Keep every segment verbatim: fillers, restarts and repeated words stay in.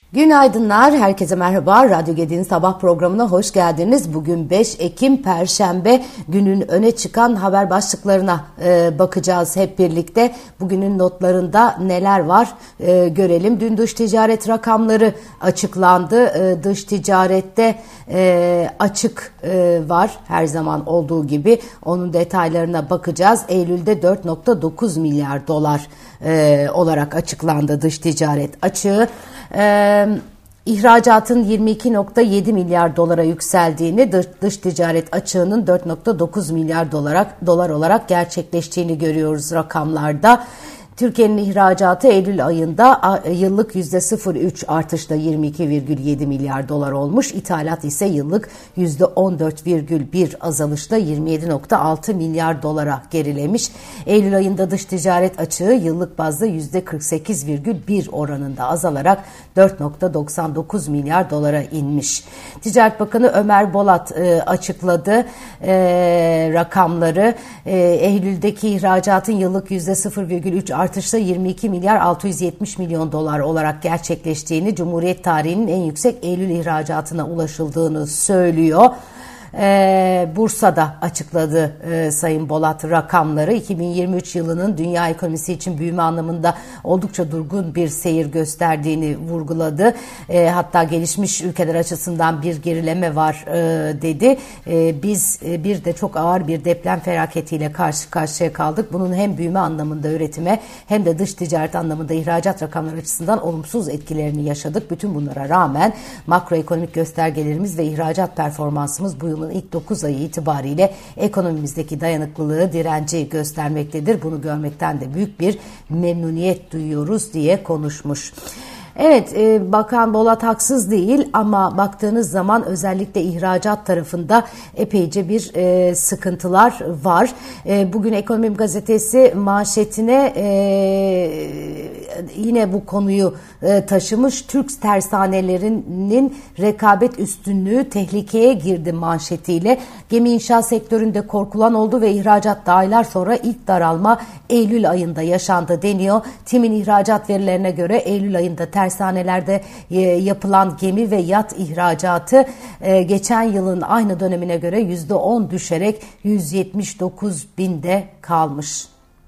Günaydınlar, herkese merhaba. Radyo Gedi'nin sabah programına hoş geldiniz. Bugün beş Ekim Perşembe, günün öne çıkan haber başlıklarına e, bakacağız hep birlikte. Bugünün notlarında neler var e, görelim. Dün dış ticaret rakamları açıklandı. E, dış ticarette e, açık e, var her zaman olduğu gibi. Onun detaylarına bakacağız. Eylül'de dört virgül dokuz milyar dolar e, olarak açıklandı dış ticaret açığı. Ee, İhracatın yirmi iki virgül yedi milyar dolara yükseldiğini, dış, dış ticaret açığının dört virgül dokuz milyar dolar, dolar olarak gerçekleştiğini görüyoruz rakamlarda. Türkiye'nin ihracatı Eylül ayında yıllık yüzde sıfır virgül üç artışla yirmi iki virgül yedi milyar dolar olmuş. İthalat ise yıllık yüzde on dört virgül bir azalışla yirmi yedi virgül altı milyar dolara gerilemiş. Eylül ayında dış ticaret açığı yıllık bazda yüzde kırk sekiz virgül bir oranında azalarak dört virgül doksan dokuz milyar dolara inmiş. Ticaret Bakanı Ömer Bolat e, açıkladı e, rakamları. E, Eylül'deki ihracatın yıllık yüzde sıfır virgül üç artışla yirmi iki milyar altı yüz yetmiş milyon dolar olarak gerçekleştiğini, Cumhuriyet tarihinin en yüksek Eylül ihracatına ulaşıldığını söylüyor. Ee, Bursa'da açıkladı e, Sayın Bolat rakamları. iki bin yirmi üç yılının dünya ekonomisi için büyüme anlamında oldukça durgun bir seyir gösterdiğini vurguladı. E, hatta gelişmiş ülkeler açısından bir gerileme var e, dedi. E, biz e, bir de çok ağır bir deprem felaketiyle karşı karşıya kaldık. Bunun hem büyüme anlamında üretime hem de dış ticaret anlamında ihracat rakamları açısından olumsuz etkilerini yaşadık. Bütün bunlara rağmen makroekonomik göstergelerimiz ve ihracat performansımız bu yıl ilk dokuz ayı itibariyle ekonomimizdeki dayanıklılığı, direnci göstermektedir. Bunu görmekten de büyük bir memnuniyet duyuyoruz diye konuşmuş. Evet, e, Bakan Bolat haksız değil ama baktığınız zaman özellikle ihracat tarafında epeyce bir e, sıkıntılar var. E, bugün Ekonomim Gazetesi manşetine e, yine bu konuyu e, taşımış. Türk tersanelerinin rekabet üstünlüğü tehlikeye girdi manşetiyle. Gemi inşaat sektöründe korkulan oldu ve ihracatta aylar sonra ilk daralma Eylül ayında yaşandı deniyor. TİM'in ihracat verilerine göre Eylül ayında tersanelerde yapılan gemi ve yat ihracatı geçen yılın aynı dönemine göre yüzde on düşerek yüz yetmiş dokuz binde kalmış.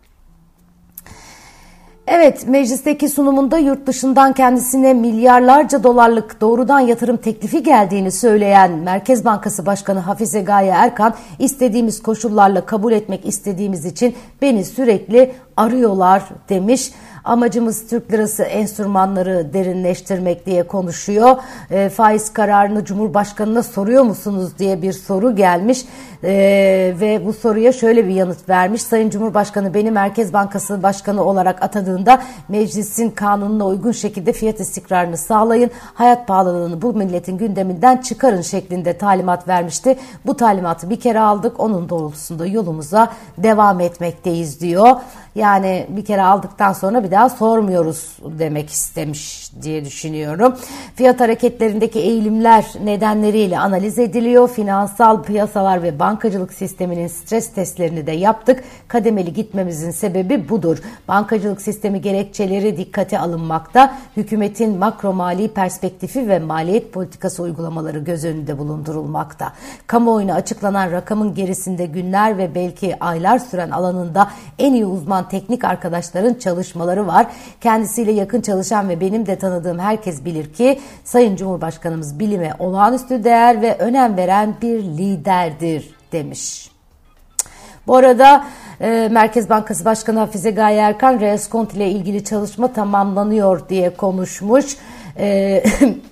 Evet, meclisteki sunumunda yurt dışından kendisine milyarlarca dolarlık doğrudan yatırım teklifi geldiğini söyleyen Merkez Bankası Başkanı Hafize Gaye Erkan, istediğimiz koşullarla kabul etmek istediğimiz için beni sürekli arıyorlar demiş. Amacımız Türk lirası enstrümanları derinleştirmek diye konuşuyor. E, faiz kararını Cumhurbaşkanı'na soruyor musunuz diye bir soru gelmiş e, ve bu soruya şöyle bir yanıt vermiş. Sayın Cumhurbaşkanı beni Merkez Bankası Başkanı olarak atadığında meclisin kanununa uygun şekilde fiyat istikrarını sağlayın, hayat pahalılığını bu milletin gündeminden çıkarın şeklinde talimat vermişti. Bu talimatı bir kere aldık, onun doğrultusunda yolumuza devam etmekteyiz diyor. Yani bir kere aldıktan sonra bir daha sormuyoruz demek istemiş diye düşünüyorum. Fiyat hareketlerindeki eğilimler nedenleriyle analiz ediliyor. Finansal piyasalar ve bankacılık sisteminin stres testlerini de yaptık. Kademeli gitmemizin sebebi budur. Bankacılık sistemi gerekçeleri dikkate alınmakta. Hükümetin makro mali perspektifi ve maliyet politikası uygulamaları göz önünde bulundurulmakta. Kamuoyuna açıklanan rakamın gerisinde günler ve belki aylar süren alanında en iyi uzman teknik arkadaşların çalışmaları var. Kendisiyle yakın çalışan ve benim de tanıdığım herkes bilir ki Sayın Cumhurbaşkanımız bilime olağanüstü değer ve önem veren bir liderdir demiş. Bu arada e, Merkez Bankası Başkanı Hafize Gaye Erkan, reskont ile ilgili çalışma tamamlanıyor diye konuşmuş. E,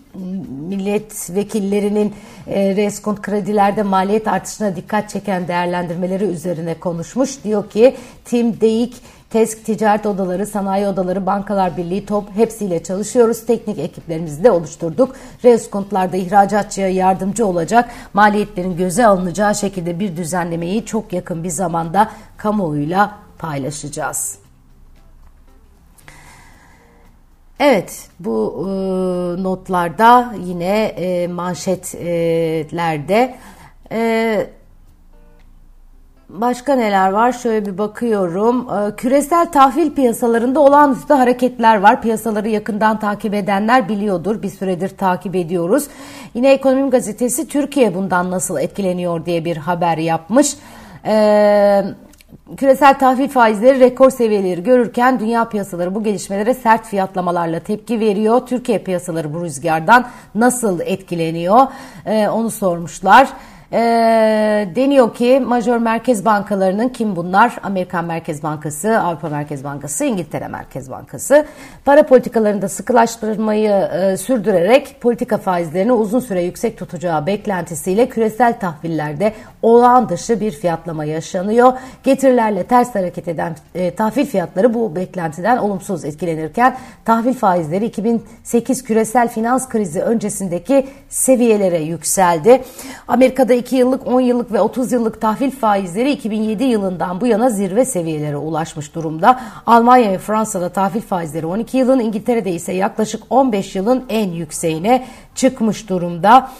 milletvekillerinin e, reskont kredilerde maliyet artışına dikkat çeken değerlendirmeleri üzerine konuşmuş. Diyor ki TİM, DEİK, TESK, ticaret odaları, sanayi odaları, bankalar birliği, TOP hepsiyle çalışıyoruz. Teknik ekiplerimizi de oluşturduk. Reskontlarda ihracatçıya yardımcı olacak, maliyetlerin göze alınacağı şekilde bir düzenlemeyi çok yakın bir zamanda kamuoyuyla paylaşacağız. Evet, bu e, notlarda yine e, manşetlerde e, Başka neler var? Şöyle bir bakıyorum. Küresel tahvil piyasalarında olağanüstü hareketler var. Piyasaları yakından takip edenler biliyordur. Bir süredir takip ediyoruz. Yine Ekonomi Gazetesi Türkiye bundan nasıl etkileniyor diye bir haber yapmış. Ee, küresel tahvil faizleri rekor seviyeleri görürken dünya piyasaları bu gelişmelere sert fiyatlamalarla tepki veriyor. Türkiye piyasaları bu rüzgardan nasıl etkileniyor? Ee, onu sormuşlar. E, deniyor ki majör merkez bankalarının, kim bunlar? Amerikan Merkez Bankası, Avrupa Merkez Bankası, İngiltere Merkez Bankası para politikalarında sıkılaştırmayı e, sürdürerek politika faizlerini uzun süre yüksek tutacağı beklentisiyle küresel tahvillerde olağan dışı bir fiyatlama yaşanıyor. Getirilerle ters hareket eden e, tahvil fiyatları bu beklentiden olumsuz etkilenirken tahvil faizleri iki bin sekiz küresel finans krizi öncesindeki seviyelere yükseldi. Amerika'da iki yıllık, on yıllık ve otuz yıllık tahvil faizleri iki bin yedi yılından bu yana zirve seviyelere ulaşmış durumda. Almanya ve Fransa'da tahvil faizleri on iki yılın, İngiltere'de ise yaklaşık on beş yılın en yükseğine çıkmış durumda.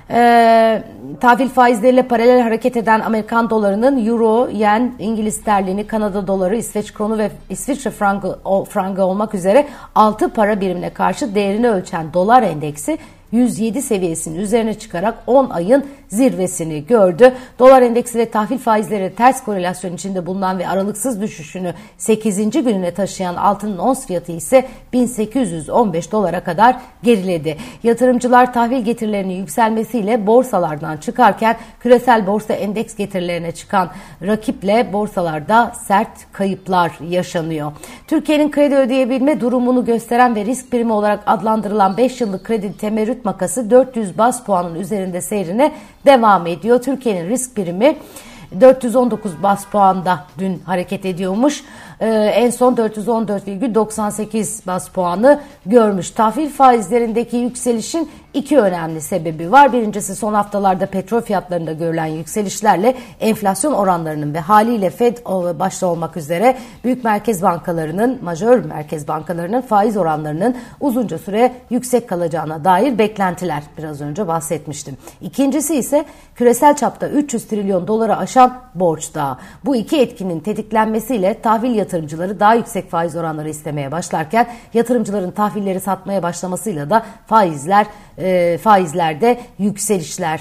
Ee, tahvil faizleriyle paralel hareket eden Amerikan dolarının euro, yen, İngiliz sterlini, Kanada doları, İsveç kronu ve İsviçre frangı, frangı olmak üzere altı para birimine karşı değerini ölçen dolar endeksi yüz yedi seviyesinin üzerine çıkarak on ayın zirvesini gördü. Dolar endeksi ve tahvil faizleri ters korelasyon içinde bulunan ve aralıksız düşüşünü sekizinci gününe taşıyan altının ons fiyatı ise bin sekiz yüz on beş dolara kadar geriledi. Yatırımcılar tahvil getirilerinin yükselmesiyle borsalardan çıkarken küresel borsa endeks getirilerine çıkan rakiple borsalarda sert kayıplar yaşanıyor. Türkiye'nin kredi ödeyebilme durumunu gösteren ve risk primi olarak adlandırılan beş yıllık kredi temerrüt makası dört yüz baz puanın üzerinde seyrine devam ediyor. Türkiye'nin risk primi dört yüz on dokuz baz puanda dün hareket ediyormuş. Ee, en son dört yüz on dört virgül doksan sekiz baz puanı görmüş. Tahvil faizlerindeki yükselişin iki önemli sebebi var. Birincisi, son haftalarda petrol fiyatlarında görülen yükselişlerle enflasyon oranlarının ve haliyle Fed başta olmak üzere büyük merkez bankalarının, majör merkez bankalarının faiz oranlarının uzunca süre yüksek kalacağına dair beklentiler. Biraz önce bahsetmiştim. İkincisi ise küresel çapta üç yüz trilyon dolara aşan borç dağı. Bu iki etkinin tetiklenmesiyle tahvil yatırımcıları daha yüksek faiz oranları istemeye başlarken yatırımcıların tahvilleri satmaya başlamasıyla da faizler e, faizlerde yükselişler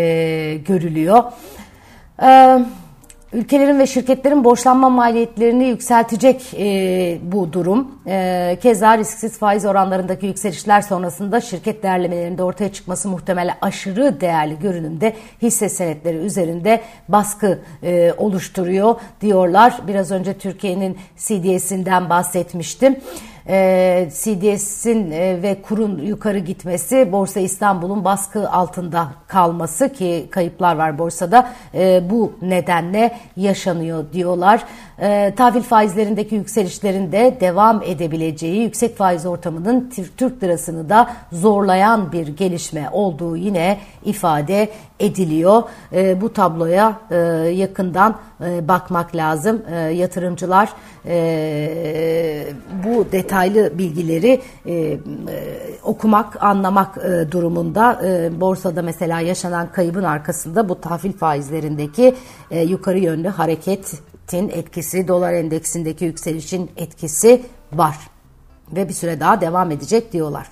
e, görülüyor. E, Ülkelerin ve şirketlerin borçlanma maliyetlerini yükseltecek e, bu durum. E, keza risksiz faiz oranlarındaki yükselişler sonrasında şirket değerlemelerinde ortaya çıkması muhtemel aşırı değerli görünümde hisse senetleri üzerinde baskı e, oluşturuyor diyorlar. Biraz önce Türkiye'nin C D S'inden bahsetmiştim. E, C D S'in e, ve kurun yukarı gitmesi, Borsa İstanbul'un baskı altında kalması ki kayıplar var borsada, e, bu nedenle yaşanıyor diyorlar. E, tahvil faizlerindeki yükselişlerin de devam edebileceği, yüksek faiz ortamının Türk lirasını da zorlayan bir gelişme olduğu yine ifade ediliyor. E, bu tabloya e, yakından e, bakmak lazım. E, yatırımcılar e, bu detaylı bilgileri e, e, okumak, anlamak e, durumunda. E, borsada mesela yaşanan kaybın arkasında bu tahvil faizlerindeki e, yukarı yönlü hareketin etkisi, dolar endeksindeki yükselişin etkisi var ve bir süre daha devam edecek diyorlar.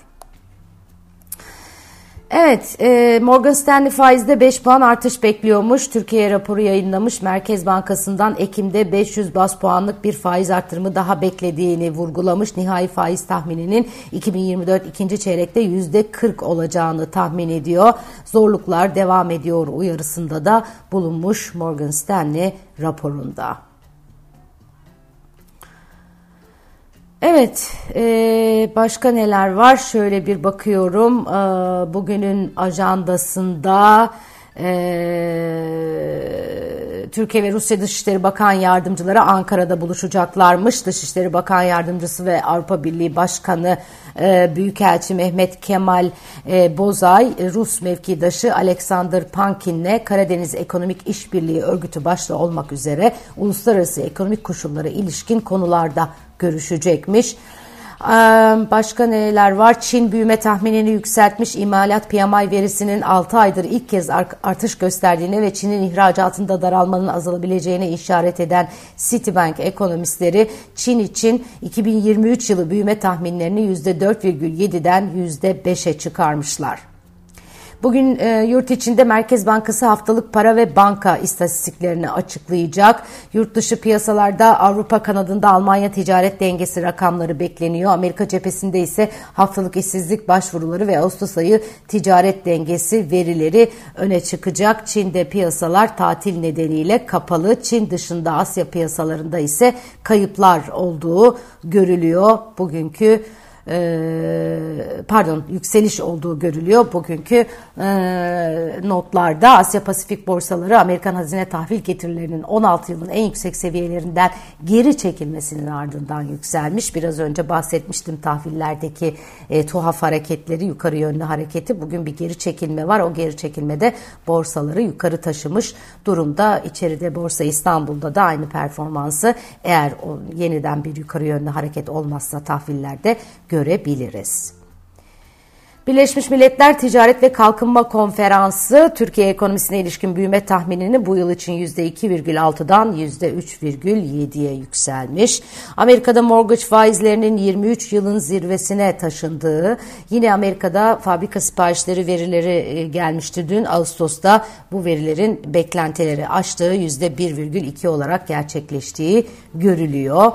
Evet, e, Morgan Stanley faizde beş puan artış bekliyormuş. Türkiye raporu yayınlamış. Merkez Bankası'ndan Ekim'de beş yüz baz puanlık bir faiz artırımı daha beklediğini vurgulamış. Nihai faiz tahmininin iki bin yirmi dört ikinci çeyrekte yüzde kırk olacağını tahmin ediyor. Zorluklar devam ediyor uyarısında da bulunmuş Morgan Stanley raporunda. Evet, e, başka neler var? Şöyle bir bakıyorum. E, bugünün ajandasında e, Türkiye ve Rusya Dışişleri Bakan Yardımcıları Ankara'da buluşacaklarmış. Dışişleri Bakan Yardımcısı ve Avrupa Birliği Başkanı e, Büyükelçi Mehmet Kemal e, Bozay, Rus mevkidaşı Alexander Pankin'le Karadeniz Ekonomik İşbirliği Örgütü başta olmak üzere uluslararası ekonomik koşullara ilişkin konularda görüşecekmiş. Başka neler var? Çin büyüme tahminini yükseltmiş. İmalat P M I verisinin altı aydır ilk kez artış gösterdiğine ve Çin'in ihracatında daralmanın azalabileceğine işaret eden Citibank ekonomistleri Çin için iki bin yirmi üç yılı büyüme tahminlerini yüzde dört virgül yediden yüzde beşe çıkarmışlar. Bugün e, yurt içinde Merkez Bankası haftalık para ve banka istatistiklerini açıklayacak. Yurt dışı piyasalarda Avrupa kanadında Almanya ticaret dengesi rakamları bekleniyor. Amerika cephesinde ise haftalık işsizlik başvuruları ve Ağustos ayı ticaret dengesi verileri öne çıkacak. Çin'de piyasalar tatil nedeniyle kapalı. Çin dışında Asya piyasalarında ise kayıplar olduğu görülüyor. Bugünkü pardon yükseliş olduğu görülüyor. Bugünkü e, notlarda Asya Pasifik borsaları Amerikan hazine tahvil getirilerinin on altı yılın en yüksek seviyelerinden geri çekilmesinin ardından yükselmiş. Biraz önce bahsetmiştim tahvillerdeki e, tuhaf hareketleri, yukarı yönlü hareketi. Bugün bir geri çekilme var. O geri çekilmede borsaları yukarı taşımış durumda. İçeride Borsa İstanbul'da da aynı performansı eğer o yeniden bir yukarı yönlü hareket olmazsa tahvillerde görebiliriz. Birleşmiş Milletler Ticaret ve Kalkınma Konferansı Türkiye ekonomisine ilişkin büyüme tahminini bu yıl için yüzde iki virgül altıdan yüzde üç virgül yediye yükselmiş. Amerika'da mortgage faizlerinin yirmi üç yılın zirvesine taşındığı, yine Amerika'da fabrika siparişleri verileri gelmişti dün. Ağustos'ta bu verilerin beklentileri aştığı yüzde bir virgül iki olarak gerçekleştiği görülüyor.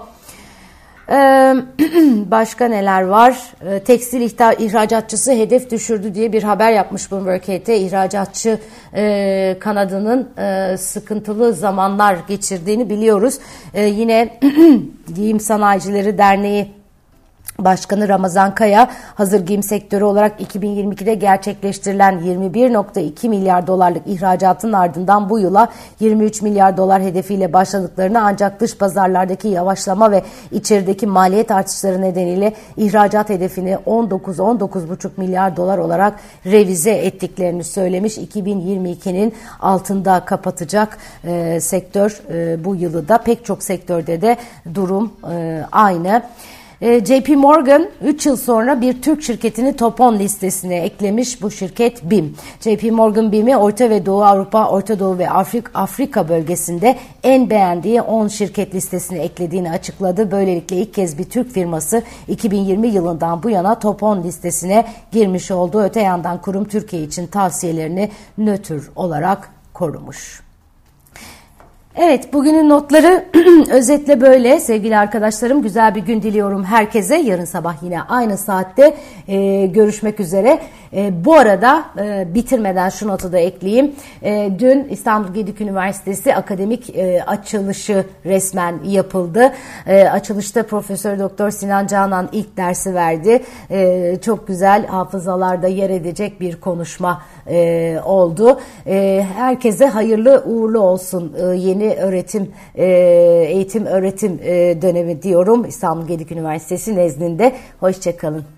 Başka neler var? Tekstil ihracatçısı hedef düşürdü diye bir haber yapmış Bloomberg H T. İhracatçı e, kanadının e, sıkıntılı zamanlar geçirdiğini biliyoruz. E, yine Giyim Sanayicileri Derneği Başkanı Ramazan Kaya, hazır giyim sektörü olarak iki bin yirmi ikide gerçekleştirilen yirmi bir virgül iki milyar dolarlık ihracatın ardından bu yıla yirmi üç milyar dolar hedefiyle başladıklarını, ancak dış pazarlardaki yavaşlama ve içerideki maliyet artışları nedeniyle ihracat hedefini on dokuz on dokuz buçuk milyar dolar olarak revize ettiklerini söylemiş. iki bin yirmi ikinin altında kapatacak e, sektör e, bu yılı da. Pek çok sektörde de durum e, aynı. J P Morgan üç yıl sonra bir Türk şirketini top on listesine eklemiş. Bu şirket B İ M. J P Morgan B İ M'i Orta ve Doğu Avrupa, Orta Doğu ve Afrika, Afrika bölgesinde en beğendiği on şirket listesine eklediğini açıkladı. Böylelikle ilk kez bir Türk firması iki bin yirmi yılından bu yana top on listesine girmiş oldu. Öte yandan kurum Türkiye için tavsiyelerini nötr olarak korumuş. Evet, bugünün notları özetle böyle sevgili arkadaşlarım. Güzel bir gün diliyorum herkese. Yarın sabah yine aynı saatte e, görüşmek üzere. E, bu arada e, bitirmeden şu notu da ekleyeyim. E, dün İstanbul Gedik Üniversitesi akademik e, açılışı resmen yapıldı. E, açılışta Profesör Doktor Sinan Canan ilk dersi verdi. E, çok güzel, hafızalarda yer edecek bir konuşma e, oldu. E, herkese hayırlı uğurlu olsun e, yeni öğretim e, eğitim öğretim e, dönemi diyorum İstanbul Gedik Üniversitesi nezdinde. Hoşça kalın.